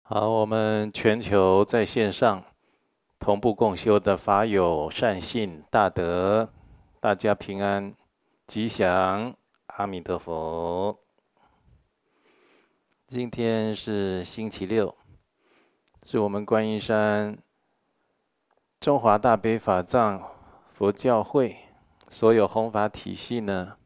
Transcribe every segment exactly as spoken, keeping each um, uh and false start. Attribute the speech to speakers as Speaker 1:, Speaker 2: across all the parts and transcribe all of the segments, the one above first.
Speaker 1: 好，我们全球在线上同步共修的法友善信大德，大家平安吉祥，阿弥陀佛。今天是星期六，是我们观音山中华大悲法藏佛教会所有弘法体系呢，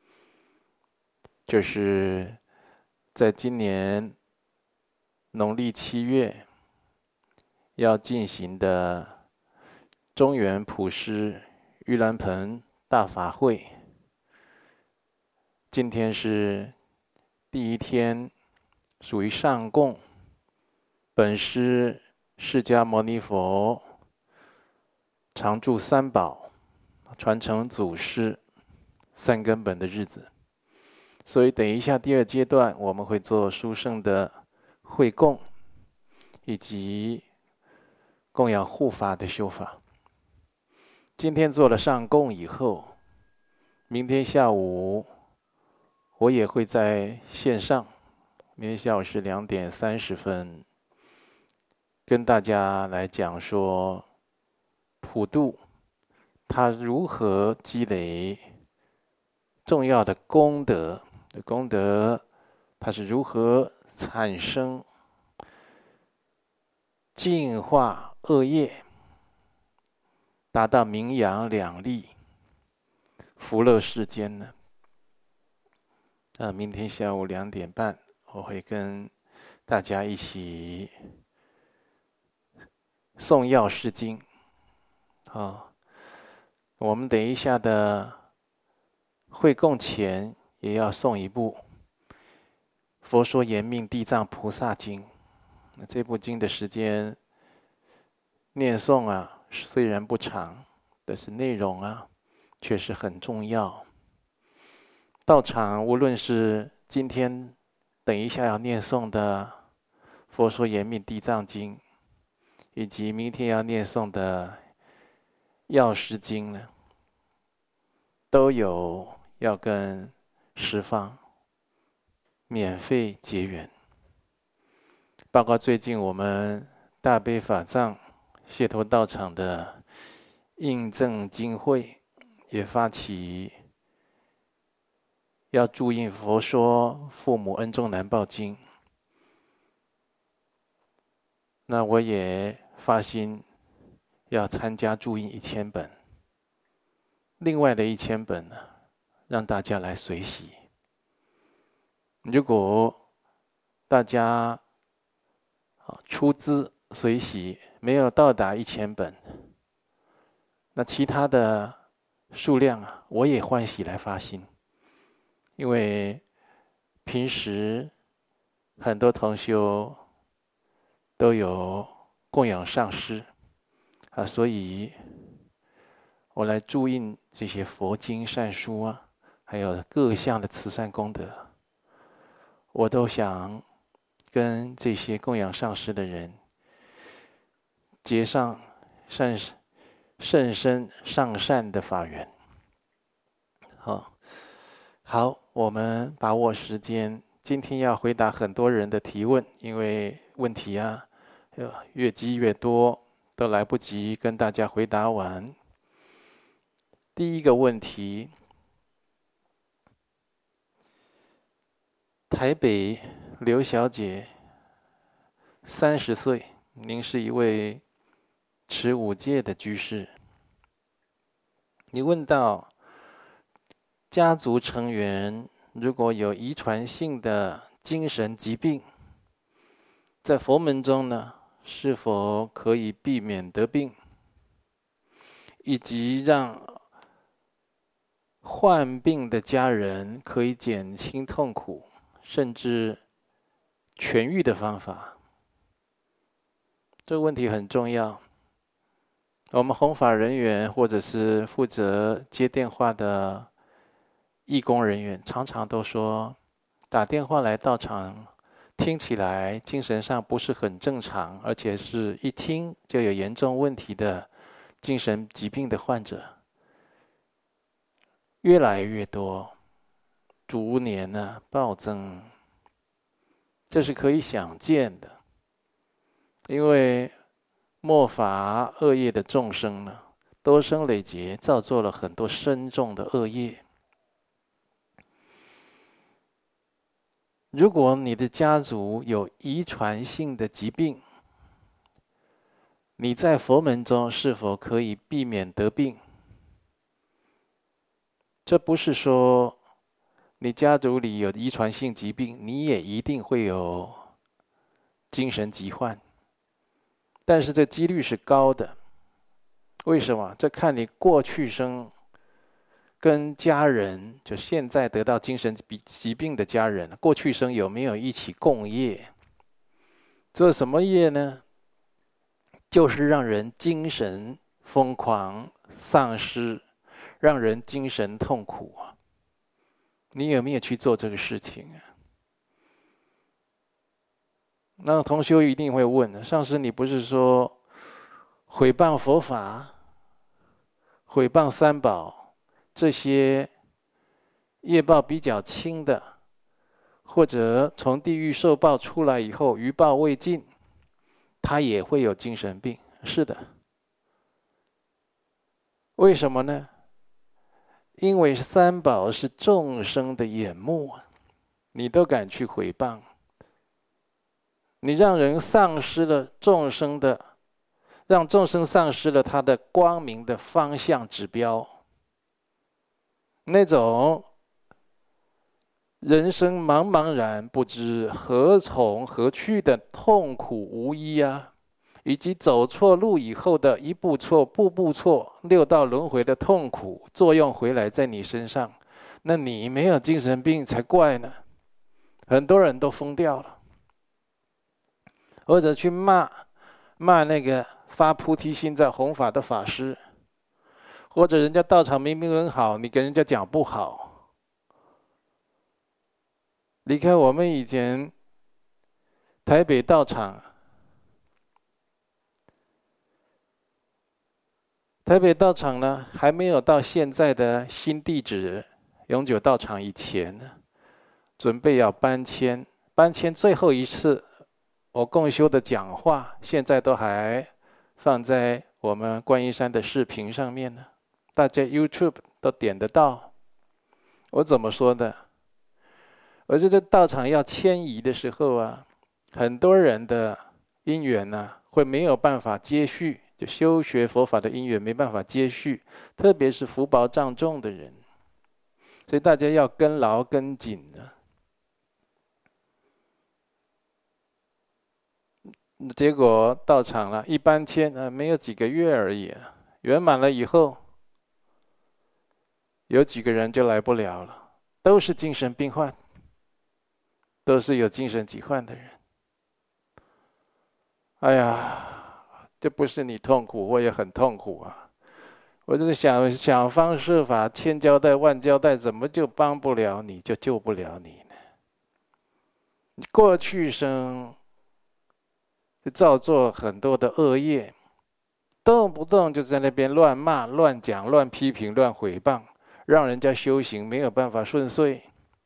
Speaker 1: 就是在今年农历七月要进行的中原普施盂兰盆大法会。今天是第一天，属于上供。本师释迦牟尼佛常住三宝，传承祖师三根本的日子。所以等一下第二阶段我们会做殊胜的会供，以及供养护法的修法。今天做了上供以后，明天下午我也会在线上，明天下午是两点三十分，跟大家来讲说普度它如何积累重要的功德，功德它是如何产生净化恶业，达到名扬两利，福乐世间呢？那明天下午两点半，我会跟大家一起诵药师经。好，我们等一下的会供前也要诵一部《佛说延命地藏菩萨经》。这部经的时间念诵啊，虽然不长，但是内容啊，却是很重要。到场无论是今天等一下要念诵的《佛说延命地藏经》，以及明天要念诵的《药师经》呢，都有要跟十方免费结缘。包括最近我们大悲法藏解脱道场的印证经会，也发起要注印佛说父母恩重难报经。那我也发心要参加注印一千本，另外的一千本呢，让大家来随喜。如果大家出资随喜没有到达一千本，那其他的数量啊，我也欢喜来发心，因为平时很多同修都有供养上师啊，所以我来注印这些佛经善书啊，还有各项的慈善功德，我都想跟这些供养上师的人结上善甚深上善的法缘。好，好，我们把握时间，今天要回答很多人的提问，因为问题啊越积越多，都来不及跟大家回答完。第一个问题，台北刘小姐，三十岁，您是一位持五戒的居士。你问到家族成员如果有遗传性的精神疾病，在佛门中呢，是否可以避免得病，以及让患病的家人可以减轻痛苦，甚至痊愈的方法？这个问题很重要。我们弘法人员或者是负责接电话的义工人员，常常都说，打电话来到场，听起来精神上不是很正常，而且是一听就有严重问题的精神疾病的患者越来越多，逐年呢暴增，这是可以想见的。 因为末法恶业的众生呢，多生累劫造作了很多深重的恶业。如果你的家族有遗传性的疾病，你在佛门中是否可以避免得病？这不是说你家族里有遗传性疾病，你也一定会有精神疾患，但是这几率是高的。为什么？这看你过去生跟家人，就现在得到精神疾病的家人，过去生有没有一起共业？做什么业呢？就是让人精神疯狂、丧失，让人精神痛苦啊！你有没有去做这个事情啊？那同修一定会问：上师，你不是说毁谤佛法、毁谤三宝这些业报比较轻的，或者从地狱受报出来以后余报未尽，他也会有精神病？是的。为什么呢？因为三宝是众生的眼目，你都敢去毁谤，你让人丧失了众生的，让众生丧失了他的光明的方向指标，那种人生茫茫然不知何从何去的痛苦无依啊，以及走错路以后的一步错步步错，六道轮回的痛苦作用回来在你身上，那你没有精神病才怪呢。很多人都疯掉了，或者去骂骂那个发菩提心在弘法的法师，或者人家道场明明很好，你跟人家讲不好。离开我们以前台北道场，台北道场呢还没有到现在的新地址永久道场以前呢，准备要搬迁，搬迁最后一次我共修的讲话，现在都还放在我们观音山的视频上面呢，大家 YouTube 都点得到。我怎么说的？而这这道场要迁移的时候啊，很多人的因缘呢、啊、会没有办法接续，就修学佛法的因缘没办法接续，特别是福报障重的人，所以大家要跟牢跟紧的。结果到场了，一搬迁啊，没有几个月而已，圆满了以后，有几个人就来不了了，都是精神病患。都是有精神疾患的人。哎呀，这不是你痛苦，我也很痛苦啊！我就是想想方设法，千交代万交代，怎么就帮不了你，就救不了你呢？你过去生就造作很多的恶业，动不动就在那边乱骂、乱讲、乱批评、乱毁谤，让人家修行没有办法顺遂。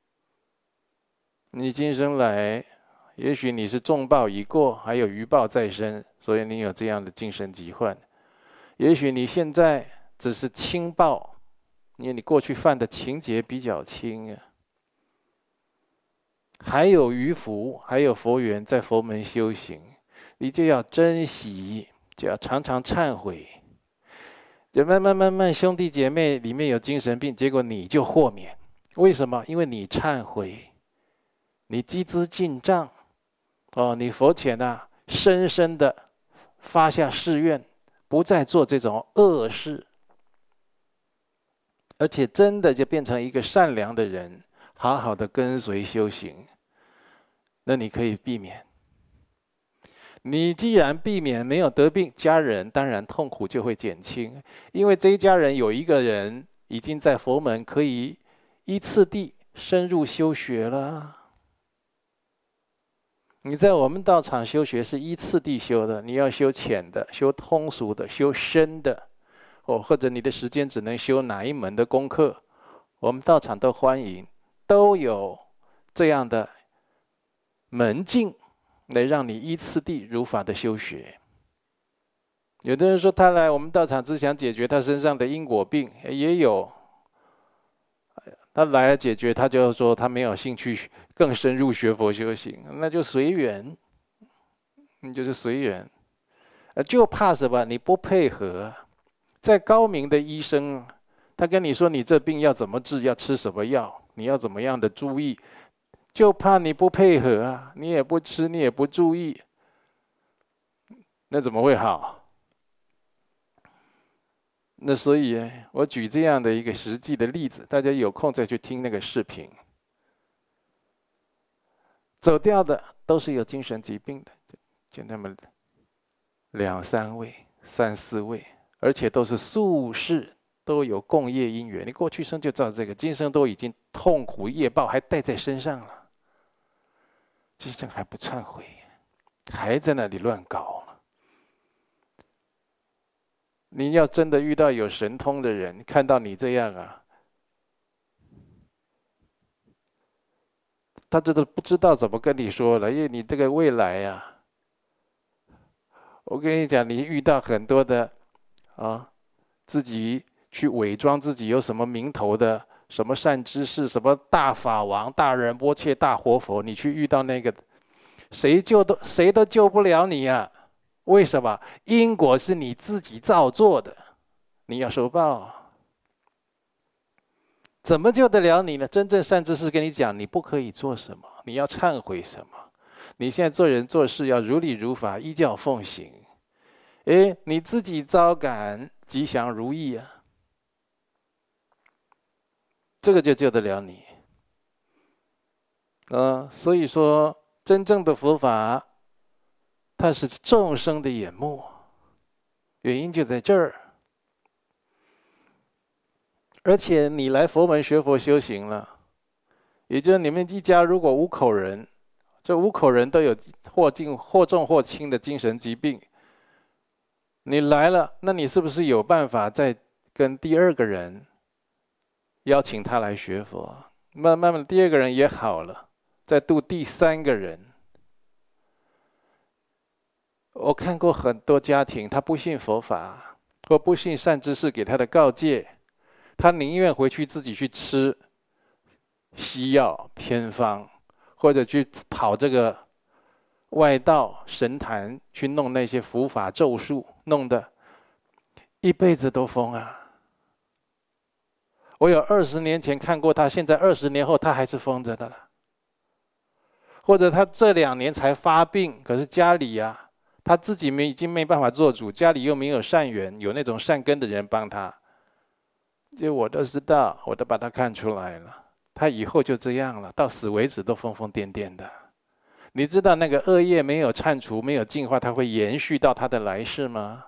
Speaker 1: 你今生来，也许你是重报已过，还有余报在身，所以你有这样的精神疾患。也许你现在只是轻报，因为你过去犯的情节比较轻啊。还有余福，还有佛缘在佛门修行，你就要珍惜，就要常常忏悔。就慢慢慢慢，兄弟姐妹里面有精神病，结果你就豁免。为什么？因为你忏悔。你积资进账，哦，你佛前啊，深深的发下誓愿，不再做这种恶事，而且真的就变成一个善良的人，好好的跟随修行，那你可以避免。你既然避免没有得病，家人当然痛苦就会减轻，因为这一家人有一个人已经在佛门可以依次第深入修学了。你在我们道场修学是依次第修的，你要修浅的、修通俗的、修深的，哦，或者你的时间只能修哪一门的功课，我们道场都欢迎，都有这样的门径， 来让你依次第如法的修学。有的人说他来我们道场只想解决他身上的因果病，也有。他来了解决，他就说他没有兴趣更深入学佛修行，那就随缘，你就是随缘。就怕什么？你不配合。再高明的医生，他跟你说你这病要怎么治，要吃什么药，你要怎么样的注意，就怕你不配合啊！你也不吃，你也不注意，那怎么会好？那所以，我举这样的一个实际的例子，大家有空再去听那个视频。走掉的都是有精神疾病的，就那么两三位、三四位，而且都是宿世，都有共业因缘。你过去生就造这个，今生都已经痛苦业报还带在身上了，今生还不忏悔，还在那里乱搞。你要真的遇到有神通的人，看到你这样啊，他这都不知道怎么跟你说了，因为你这个未来啊，我跟你讲，你遇到很多的啊，自己去伪装自己有什么名头的，什么善知识，什么大法王、大仁波切、大活佛，你去遇到那个，谁救都谁都救不了你啊！为什么？因果是你自己造作的，你要受报。怎么救得了你呢？真正善知识跟你讲，你不可以做什么，你要忏悔什么。你现在做人做事要如理如法，依教奉行。哎，你自己招感吉祥如意啊，这个就救得了你。呃，所以说，真正的佛法，它是众生的眼目，原因就在这儿。而且你来佛门学佛修行了，也就是你们一家如果五口人，这五口人都有或轻或重或轻的精神疾病，你来了，那你是不是有办法再跟第二个人邀请他来学佛？慢慢慢，第二个人也好了，再度第三个人。我看过很多家庭，他不信佛法，或不信善知识给他的告诫，他宁愿回去自己去吃西药偏方，或者去跑这个外道神坛去弄那些符法咒术，弄得一辈子都疯啊！我有二十年前看过他，现在二十年后他还是疯着的了。或者他这两年才发病，可是家里啊，他自己没已经没办法做主，家里又没有善缘，有那种善根的人帮他，就我都知道，我都把他看出来了。他以后就这样了，到死为止都疯疯癫癫的。你知道那个恶业没有铲除、没有净化，它会延续到他的来世吗？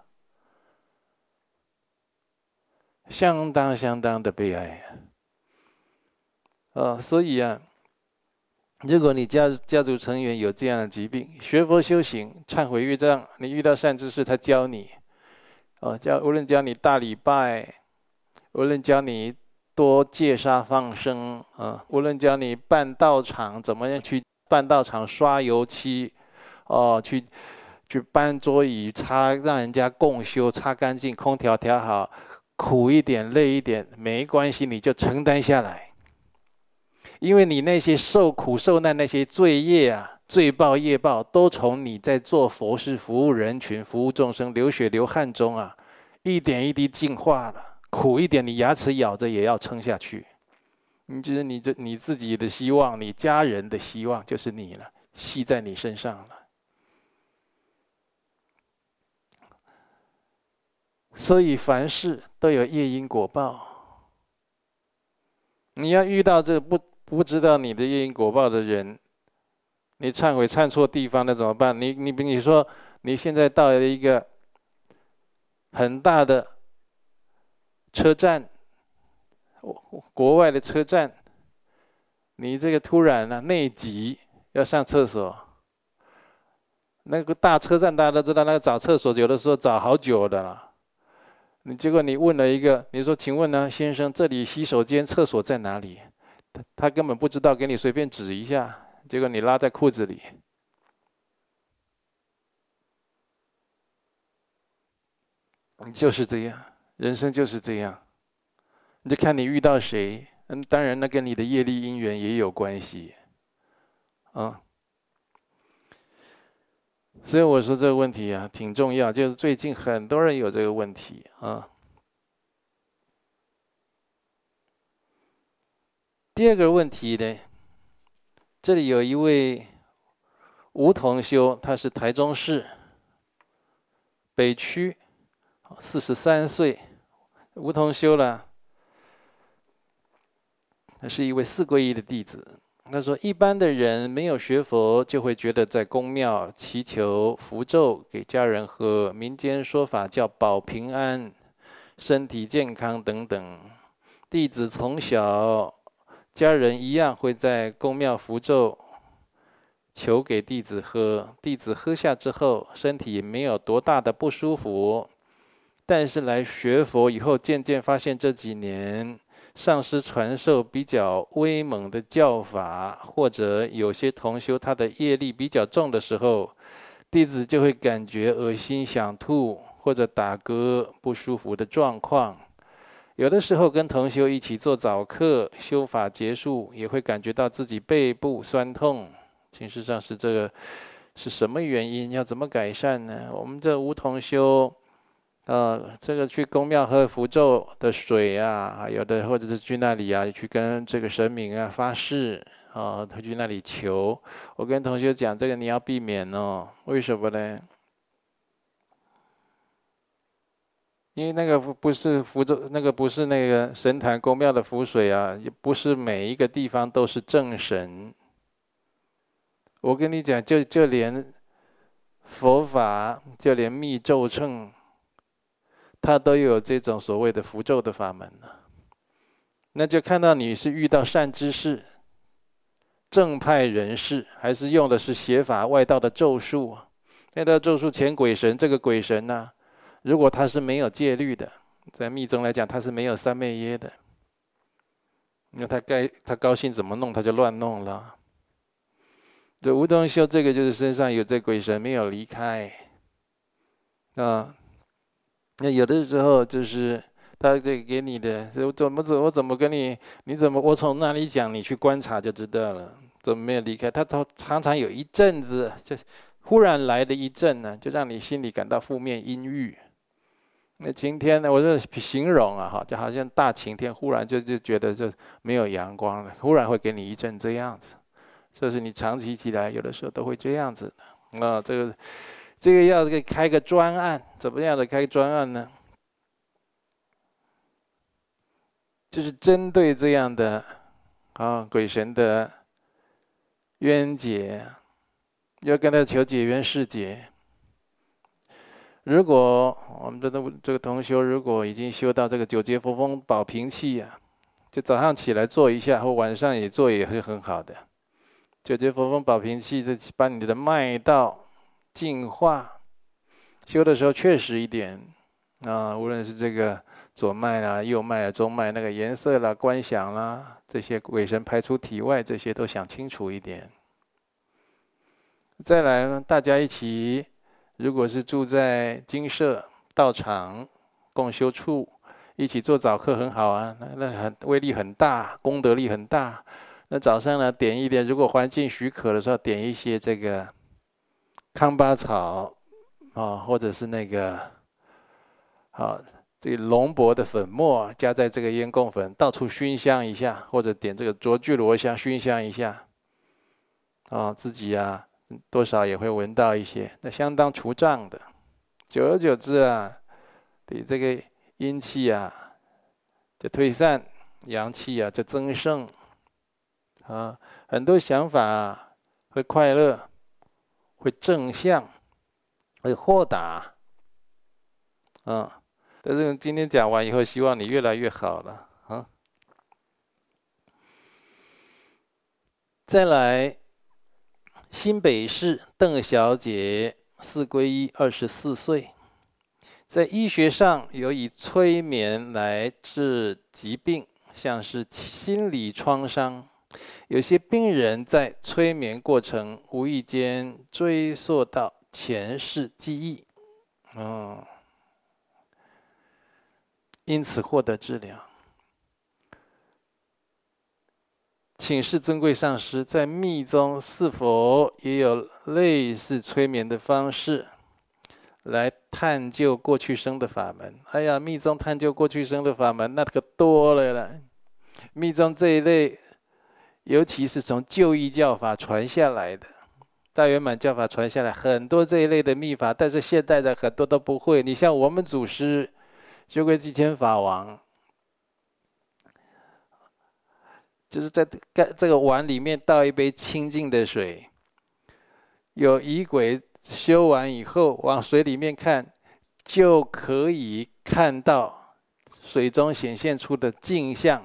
Speaker 1: 相当相当的悲哀啊！呃，所以啊，如果你家家族成员有这样的疾病，学佛修行、忏悔业障，你遇到善知识，他教你，哦，教无论教你大礼拜，无论教你多戒杀放生，啊，无论教你办道场怎么样去办道场刷油漆，哦，去去搬桌椅、擦让人家共修、擦干净、空调调好，苦一点、累一点没关系，你就承担下来。因为你那些受苦受难那些罪业啊、罪报业报，都从你在做佛事、服务人群、服务众生、流血流汗中啊，一点一滴净化了。苦一点，你牙齿咬着也要撑下去。你觉得你这你自己的希望，你家人的希望就是你了，系在你身上了。所以凡事都有业因果报。你要遇到这不不知道你的业因果报的人，你忏悔忏错地方，那怎么办？你你你说你现在到了一个很大的车站，国外的车站，你这个突然呢、啊、内急要上厕所，那个大车站大家都知道，那个找厕所有的时候找好久的了。你结果你问了一个，你说请问呢，先生，这里洗手间厕所在哪里？他他根本不知道，给你随便指一下，结果你拉在裤子里。 就是这样，人生就是这样。你就看你遇到谁，嗯，当然那跟你的业力因缘也有关系，啊。所以我说这个问题啊，挺重要，就是最近很多人有这个问题啊。第二个问题呢，这里有一位吴同修，他是台中市北区，四十三岁，吴同修了，他是一位四皈依的弟子。他说，一般的人没有学佛，就会觉得在宫庙祈求符咒给家人喝，民间说法叫保平安、身体健康等等。弟子从小，家人一样会在宫庙符咒求给弟子喝，弟子喝下之后，身体没有多大的不舒服。但是来学佛以后，渐渐发现这几年上师传授比较威猛的教法，或者有些同修他的业力比较重的时候，弟子就会感觉恶心、想吐或者打嗝不舒服的状况。有的时候跟同修一起做早课，修法结束也会感觉到自己背部酸痛。请示上师，这个是什么原因？要怎么改善呢？我们这无同修，呃，这个去宫庙喝符咒的水啊，有的或者是去那里啊，去跟这个神明啊发誓啊，他去那里求。我跟同学讲，这个你要避免哦。为什么呢？因为那个不是符咒，那个不是那个神坛宫庙的符水啊，也不是每一个地方都是正神。我跟你讲，就就连佛法，就连密咒称，它都有这种所谓的符咒的法门呢。那就看到你是遇到善知识、正派人士，还是用的是邪法外道的咒术。外道咒术前鬼神，这个鬼神呢、啊，如果他是没有戒律的，在密宗来讲，他是没有三昧耶的。那他该他高兴怎么弄，他就乱弄了。这无同修这个就是身上有这鬼神没有离开啊。那有的时候就是他这给你的，我怎么怎我怎么跟你，你怎么我从哪里讲，你去观察就知道了。怎么没有离开？他常常有一阵子，就忽然来的一阵呢，就让你心里感到负面阴郁。那晴天呢？我这形容啊，哈，就好像大晴天，忽然就就觉得就没有阳光了，忽然会给你一阵这样子。这是你长期起来有的时候都会这样子的啊。这个这个要给开个专案，怎么样的开专案呢？就是针对这样的啊鬼神的冤结，要跟他求解冤释结。如果我们的这个同修如果已经修到这个九节佛风保平气啊，就早上起来做一下，或晚上也做也是很好的。九节佛风保平气，这把你的脉道净化。修的时候确实一点啊，无论是这个左脉啦、右脉啊、中脉那个颜色啦、观想啦，这些鬼神排出体外，这些都想清楚一点。再来，大家一起，如果是住在精舍、道场、共修处，一起做早课很好啊，那那很威力很大，功德力很大。那早上呢，点一点，如果环境许可的时候，点一些这个康巴草啊，或者是那个啊，这个龙柏的粉末加在这个烟供粉，到处熏香一下，或者点这个卓聚罗香熏香一下，啊，自己啊多少也会闻到一些，那相当除障的。久而久之啊，你这个阴气啊就退散，阳气啊就增盛。啊，很多想法、啊、会快乐，会正向，会豁达，嗯，但是今天讲完以后，希望你越来越好了啊。再来，新北市邓小姐，四皈依，二十四岁，在医学上有以催眠来治疾病，像是心理创伤。有些病人在催眠过程无意间追溯到前世记忆，嗯， 因此获得治疗。请示尊贵上师，在密宗是否也有类似催眠的方式，来探究过去生的法门？哎呀，密宗探究过去生的法门那可多了啦。密宗这一类，尤其是从旧义教法传下来的，大圆满教法传下来很多这一类的密法，但是现代的很多都不会。你像我们祖师修贵济谦法王，就是在这个碗里面倒一杯清净的水，有仪轨修完以后，往水里面看，就可以看到水中显现出的镜像，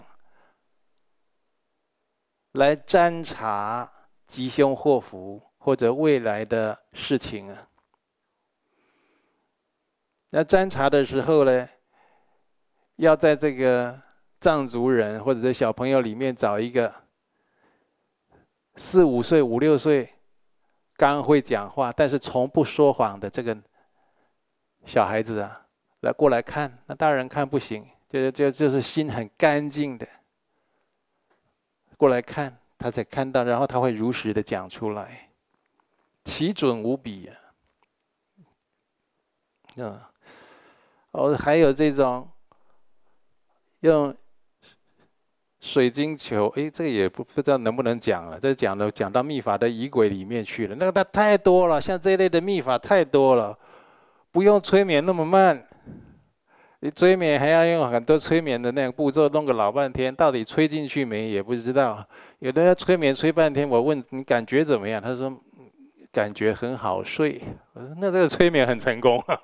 Speaker 1: 来侦查吉凶祸福或者未来的事情啊。那侦查的时候呢，要在这个藏族人或者是小朋友里面找一个四五岁、五六岁，刚会讲话但是从不说谎的这个小孩子啊，来过来看。那大人看不行，就就就是心很干净的过来看，他才看到，然后他会如实的讲出来，奇准无比啊！嗯，哦，还有这种用水晶球，哎，这个也不不知道能不能讲了，这讲的讲到密法的仪轨里面去了，那个太多了，像这一类的密法太多了，不用催眠那么慢。你催眠还要用很多催眠的那个步骤，弄个老半天，到底催进去没也不知道。有的人催眠催半天，我问你感觉怎么样，他说感觉很好睡。我说那这个催眠很成功啊。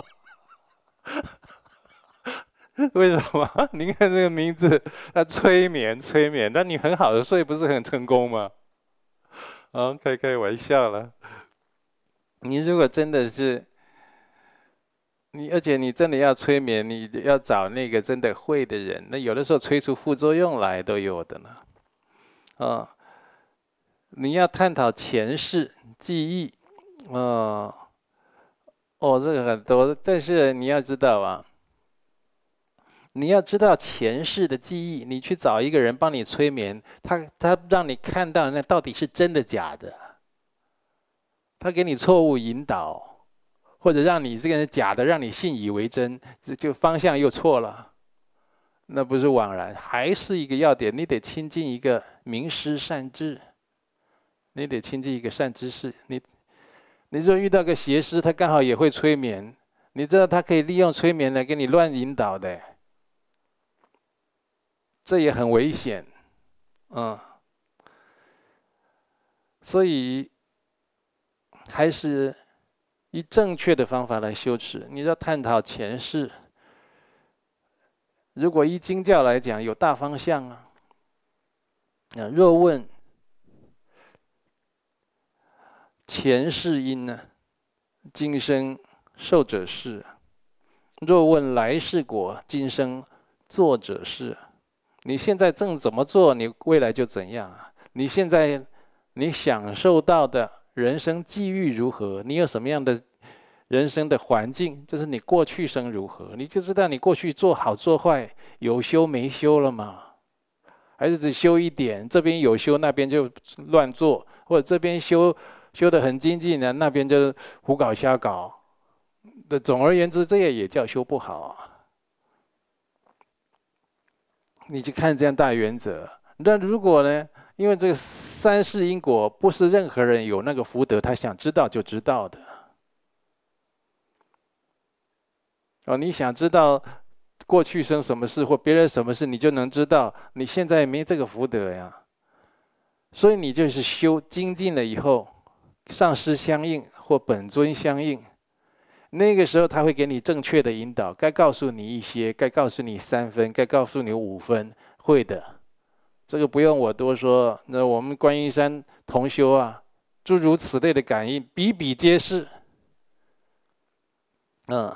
Speaker 1: 为什么？您看这个名字，他催眠催眠，那你很好的睡，不是很成功吗？啊，开开玩笑了。你如果真的是你，而且你真的要催眠，你要找那个真的会的人。那有的时候催出副作用来都有的呢。啊，你要探讨前世记忆，啊，哦，这个很多，但是你要知道啊。你要知道前世的记忆，你去找一个人帮你催眠，他他让你看到那到底是真的假的，他给你错误引导，或者让你这个人假的，让你信以为真，就方向又错了，那不是枉然，还是一个要点，你得亲近一个明师善智，你得亲近一个善知识。你你若遇到个邪师，他刚好也会催眠，你知道他可以利用催眠来给你乱引导的。这也很危险，嗯，所以还是以正确的方法来修持。你要探讨前世，如果依经教来讲，有大方向啊。啊，若问前世因呢，今生受者是；若问来世果，今生作者是。你现在正怎么做，你未来就怎样啊！你现在你享受到的人生际遇如何？你有什么样的人生的环境？就是你过去生如何，你就知道你过去做好做坏，有修没修了嘛？还是只修一点，这边有修，那边就乱做，或者这边修修得很精进的，那边就胡搞瞎搞。总而言之，这也也叫修不好啊。你去看这样大原则，那如果呢？因为这个三世因果不是任何人有那个福德，他想知道就知道的。哦，你想知道过去生什么事或别人什么事，你就能知道。你现在没这个福德呀，所以你就是修精进了以后，上师相应或本尊相应。那个时候他会给你正确的引导，该告诉你一些，该告诉你三分，该告诉你五分，会的。这个不用我多说，那我们观音山同修啊，诸如此类的感应比比皆是。嗯，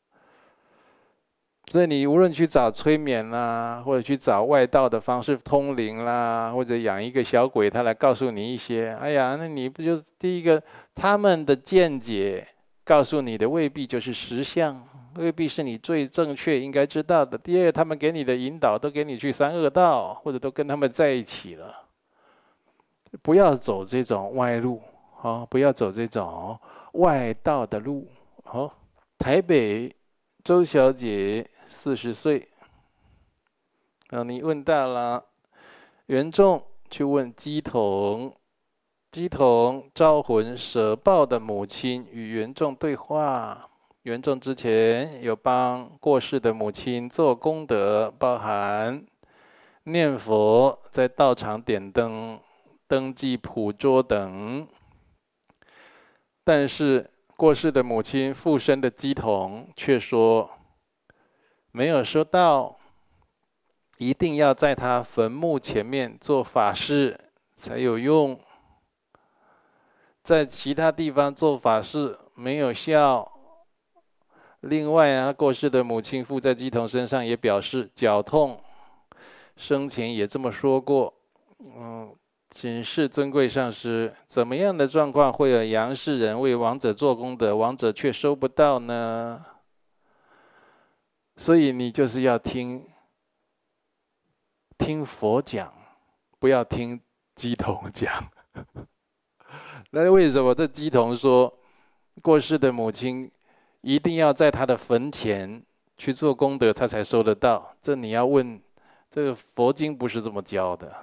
Speaker 1: 所以你无论去找催眠啦，或者去找外道的方式通灵啦，或者养一个小鬼，他来告诉你一些，哎呀，那你不就第一个他们的见解告诉你的未必就是实相。 未必是你最正确应该知道的。第二，他们给你的引导都给你去三恶道，或者都跟他们在一起了，不要走这种歪路，哦，不要走这种外道的路。哦，台北周小姐四十岁，啊，你问到了，袁仲去问鸡童。鸡童招魂舍报的母亲与袁仲对话。袁仲之前有帮过世的母亲做功德，包含念佛、在道场点灯、登记普桌等。但是过世的母亲附身的鸡童却说没有收到，一定要在他坟墓前面做法事才有用。在其他地方做法事没有效。另外啊，过世的母亲附在鸡童身上也表示绞痛，生前也这么说过。嗯，请示尊贵上师，怎么样的状况会有阳世人为亡者做功德，亡者却收不到呢？所以你就是要听听佛讲，不要听鸡童讲。那为什么这鸡童说过世的母亲一定要在他的坟前去做功德，他才收得到？这你要问，这个佛经不是这么教的。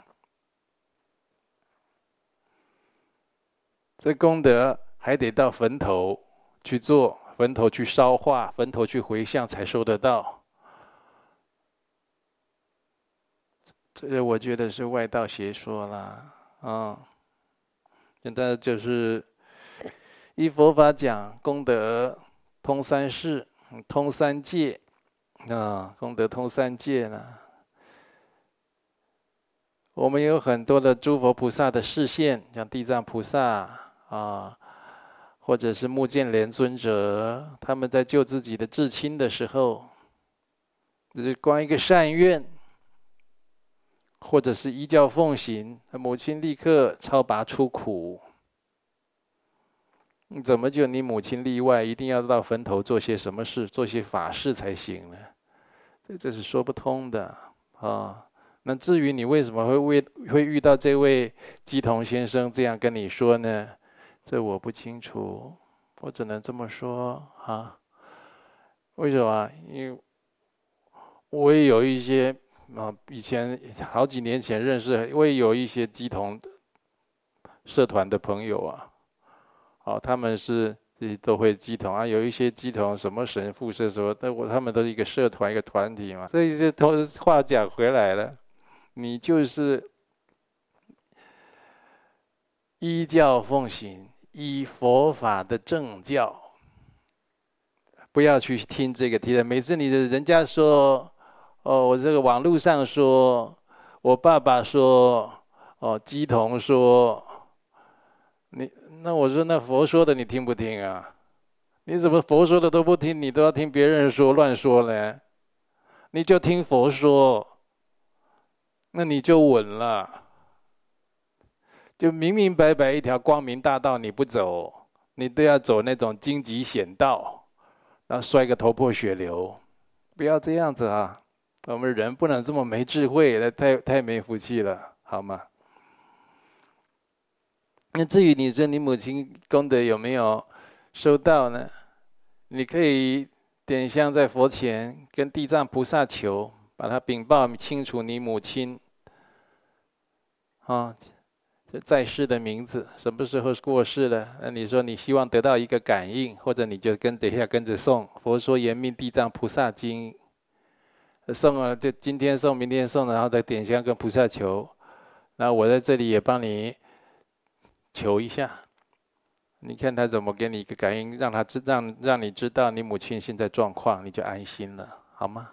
Speaker 1: 这功德还得到坟头去做，坟头去烧化，坟头去回向才收得到。这个我觉得是外道邪说啦，嗯。现在就是依佛法讲，功德通三世，通三界，啊，功德通三界呢。我们有很多的诸佛菩萨的示现，像地藏菩萨啊，或者是目犍连尊者，他们在救自己的至亲的时候，就是光一个善愿，或者是依教奉行，母亲立刻超拔出苦。怎么就你母亲例外，一定要到坟头做些什么事，做些法事才行呢？这这是说不通的啊。那至于你为什么会为会遇到这位鸡童先生这样跟你说呢？这我不清楚，我只能这么说啊。为什么？因为我也有一些啊，以前好几年前认识，我也有一些鸡童社团的朋友啊。哦，他们是都会鸡童啊，有一些鸡童什么神父是说，但我他们都是一个社团一个团体嘛，所以这都话讲回来了，你就是依教奉行，依佛法的正教，不要去听这个听的。每次你的人家说，哦，我这个网络上说，我爸爸说，哦，鸡童说，你。那我说，那佛说的你听不听啊？你怎么佛说的都不听，你都要听别人说乱说呢？你就听佛说，那你就稳了。就明明白白一条光明大道，你不走，你都要走那种荆棘险道，然后摔个头破血流。不要这样子啊！我们人不能这么没智慧，那太太没福气了，好吗？那至于你说你母亲功德有没有收到呢？你可以点香在佛前，跟地藏菩萨求，把它禀报清楚你母亲啊，这在世的名字，什么时候过世了？那你说你希望得到一个感应，或者你就跟等一下跟着诵《佛说延命地藏菩萨经》，诵了就今天诵，明天诵，然后再点香跟菩萨求。那我在这里也帮你求一下，你看他怎么给你一个感应，让他知让让你知道你母亲现在状况，你就安心了，好吗？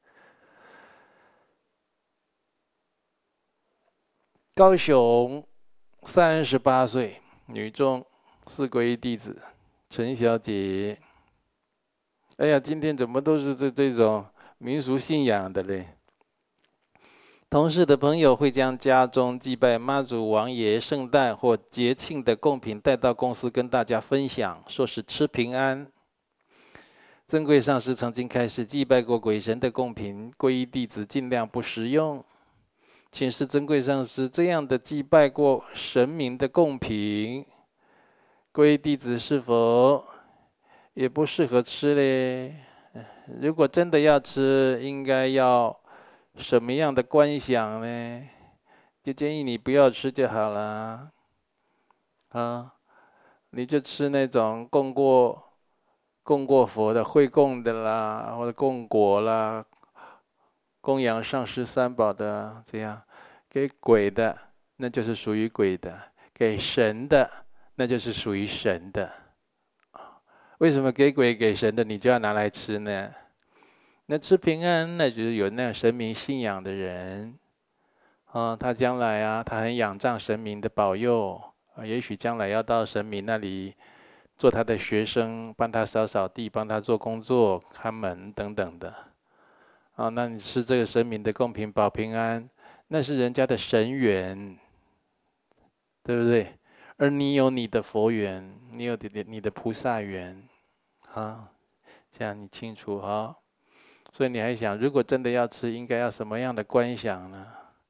Speaker 1: 高雄三十八岁女众四皈依弟子陈小姐。哎呀，今天怎么都是这这种民俗信仰的嘞？同事的朋友会将家中祭拜妈祖、王爷、圣诞或节庆的贡品带到公司跟大家分享，说是吃平安。 珍贵上师曾经开示，祭拜过鬼神的贡品，皈依弟子尽量不食用。请示珍贵上师，这样的祭拜过神明的贡品，皈依弟子是否也不适合吃嘞？如果真的要吃，应该要什么样的观想呢？就建议你不要吃就好了。啊，你就吃那种供过供过佛的会供的啦，或者供果啦，供养上师三宝的，这样给鬼的，那就是属于鬼的；给神的，那就是属于神的。为什么给鬼给神的你就要拿来吃呢？那吃平安，那就是有那样神明信仰的人，啊，他将来啊，他很仰仗神明的保佑，啊，也许将来要到神明那里做他的学生，帮他扫扫地，帮他做工作、看门等等的。啊，那你吃这个神明的贡品保平安，那是人家的神缘，对不对？而你有你的佛缘，你有你的你的菩萨缘，啊，这样你清楚哈。所以你还想，如果真的要吃，应该要什么样的观想呢？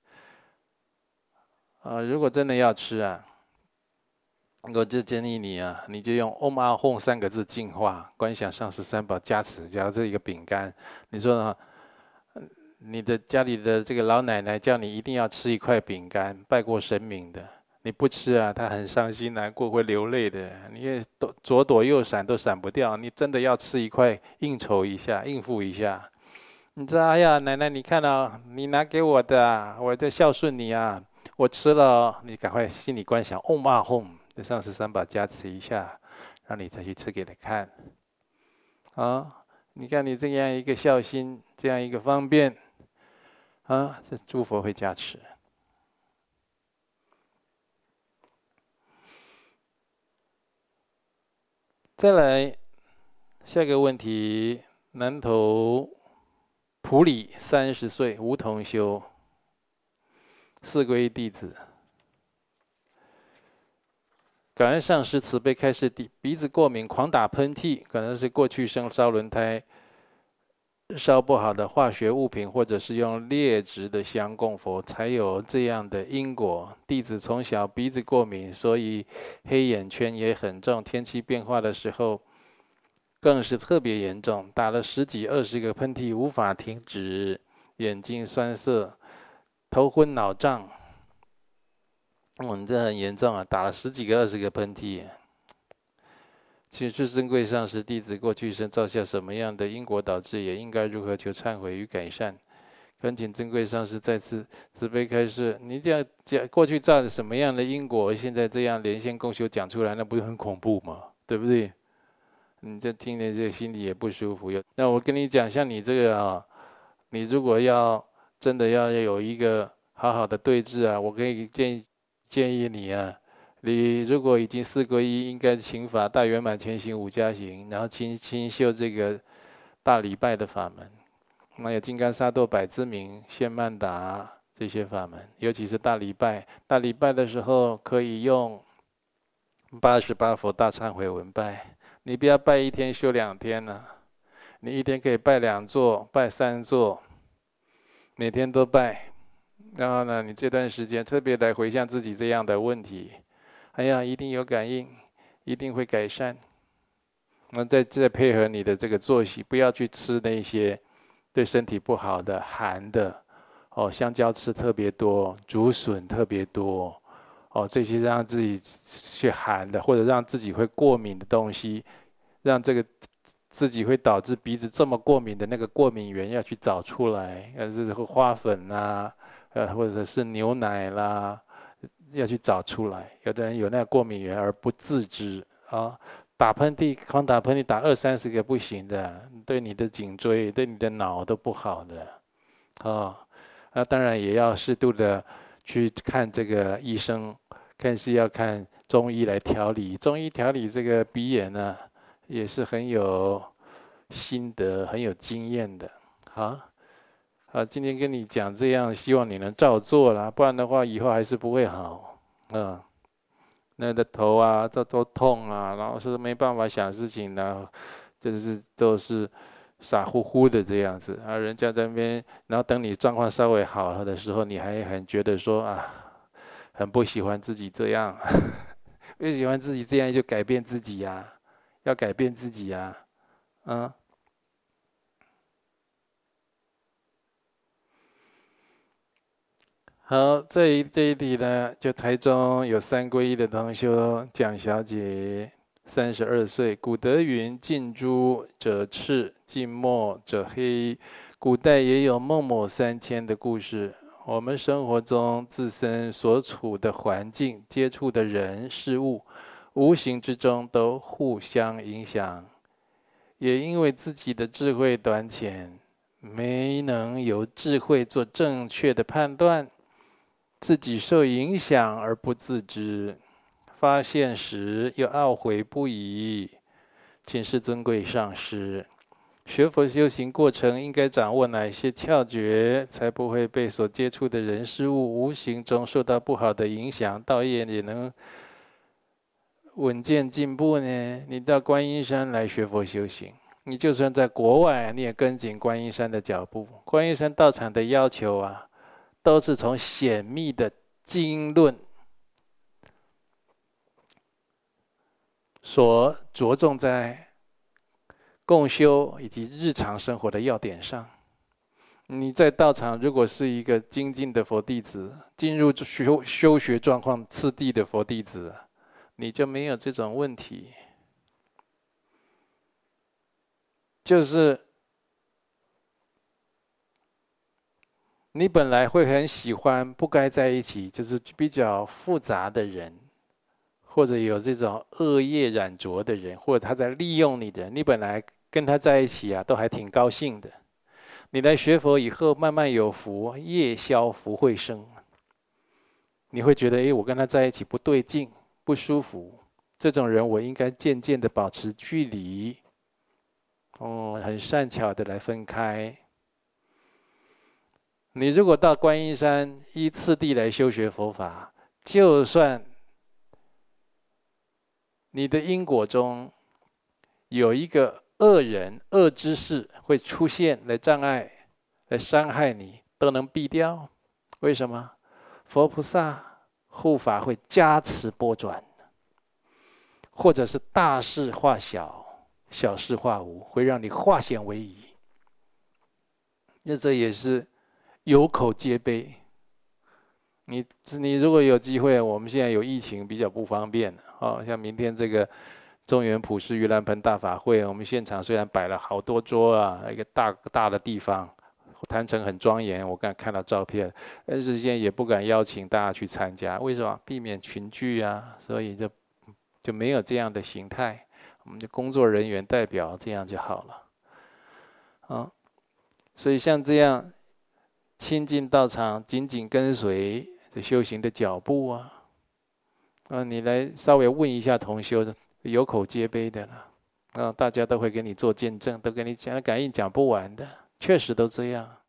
Speaker 1: 啊，如果真的要吃啊，我就建议你啊，你就用 Om Ah Hum 三个字净化，观想上师三宝加持，加这一个饼干。你说呢？你的家里的这个老奶奶叫你一定要吃一块饼干，拜过神明的，你不吃啊，她很伤心难过，会流泪的。你也左躲右闪都闪不掉，你真的要吃一块，应酬一下，应付一下。你知道，哎呀，奶奶，你看到你拿给我的啊，我在孝顺你啊，我吃了，你赶快心里观想 Om Ah Hum， 这上师三宝加持一下，让你再去吃给他看。啊，你看你这样一个孝心，这样一个方便。啊，这诸佛会加持。再来下一个问题，南投普里三十岁，吴同修，四皈依弟子，感恩上师慈悲开示，鼻子过敏，狂打喷嚏，可能是过去生烧轮胎。烧不好的化学物品，或者是用劣质的香供佛，才有这样的因果。弟子从小鼻子过敏，所以黑眼圈也很重。天气变化的时候，更是特别严重，打了十几二十个喷嚏，无法停止，眼睛酸涩，头昏脑胀。嗯，这很严重啊，打了十几个二十个喷嚏。请示珍贵上师，弟子过去生造下什么样的因果导致，也应该如何求忏悔与改善？恳请珍贵上师再次慈悲开示。你这样讲，过去造了什么样的因果，现在这样连线共修讲出来，那不是很恐怖吗？对不对？你这听着这心里也不舒服。那我跟你讲，像你这个啊，你如果要真的要有一个好好的对治啊，我可以建议建议你啊。你如果已经四皈依，应该勤法大圆满前行五加行，然后勤勤修这个大礼拜的法门，那有金刚萨埵百之名、现曼达这些法门，尤其是大礼拜。大礼拜的时候可以用八十八佛大忏悔文拜，你不要拜一天修两天呢、啊，你一天可以拜两座、拜三座，每天都拜。然后呢，你这段时间特别来回向自己这样的问题。哎呀，一定有感应，一定会改善。那再再配合你的这个作息，不要去吃那些对身体不好的寒的，哦，香蕉吃特别多，竹笋特别多，哦，这些让自己去寒的，或者让自己会过敏的东西，让这个自己会导致鼻子这么过敏的那个过敏源要去找出来，呃，是花粉啊，呃，或者是牛奶啦。要去找出来，有的人有那个过敏源而不自知啊，打喷嚏，狂打喷嚏打二三十个不行的，对你的颈椎、对你的脑都不好的，啊，那当然也要适度的去看这个医生，看是要看中医来调理，中医调理这个鼻炎呢，也是很有心得、很有经验的，好。啊，今天跟你讲这样，希望你能照做啦，不然的话以后还是不会好。嗯，那的头啊，这都痛啊，然后是没办法想事情的， 就是都是傻乎乎的这样子啊。人家在那边，然后等你状况稍微好的时候，你还很觉得说啊，很不喜欢自己这样，不喜欢自己这样就改变自己呀、啊，要改变自己呀、啊，嗯。好，这一这一题呢，就台中有三皈依的同修蒋小姐，三十二岁，古德云：近朱者赤，近墨者黑。古代也有孟母三迁的故事。我们生活中自身所处的环境、接触的人事物，无形之中都互相影响。也因为自己的智慧短浅，没能由智慧做正确的判断。自己受影响而不自知，发现时又懊悔不已。请示尊贵上师，学佛修行过程应该掌握哪些窍诀，才不会被所接触的人事物无形中受到不好的影响，道业也能稳健进步呢？你到观音山来学佛修行，你就算在国外，你也跟紧观音山的脚步。观音山道场的要求啊，都是从显密的经论所着重在共修以及日常生活的要点上。你在道场如果是一个精进的佛弟子，进入修修学状况次第的佛弟子，你就没有这种问题。就是你本来会很喜欢不该在一起，就是比较复杂的人，或者有这种恶业染着的人，或者他在利用你的人，你本来跟他在一起啊，都还挺高兴的。你来学佛以后，慢慢有福，业消福慧生，你会觉得，哎，我跟他在一起不对劲，不舒服。这种人，我应该渐渐的保持距离，哦，很善巧的来分开。你如果到观音山依次第来修学佛法，就算你的因果中有一个恶人、恶之事会出现来障碍、来伤害你，都能避掉。为什么？佛菩萨护法会加持拨转，或者是大事化小，小事化无，会让你化险为夷。那这也是有口皆碑。你你如果有机会，我们现在有疫情比较不方便哦，像明天这个中原普世盂兰盆大法会，我们现场虽然摆了好多桌啊，一个大大的地方，坛城很庄严，我刚看到照片，但是现在也不敢邀请大家去参加，为什么？避免群聚啊，所以就就没有这样的形态，我们的工作人员代表这样就好了，啊，所以像这样亲近道场，紧紧跟随这修行的脚步啊，啊，你来稍微问一下同修的，有口皆碑的了，啊，大家都会给你做见证，都跟你讲感应讲不完的，确实都这样。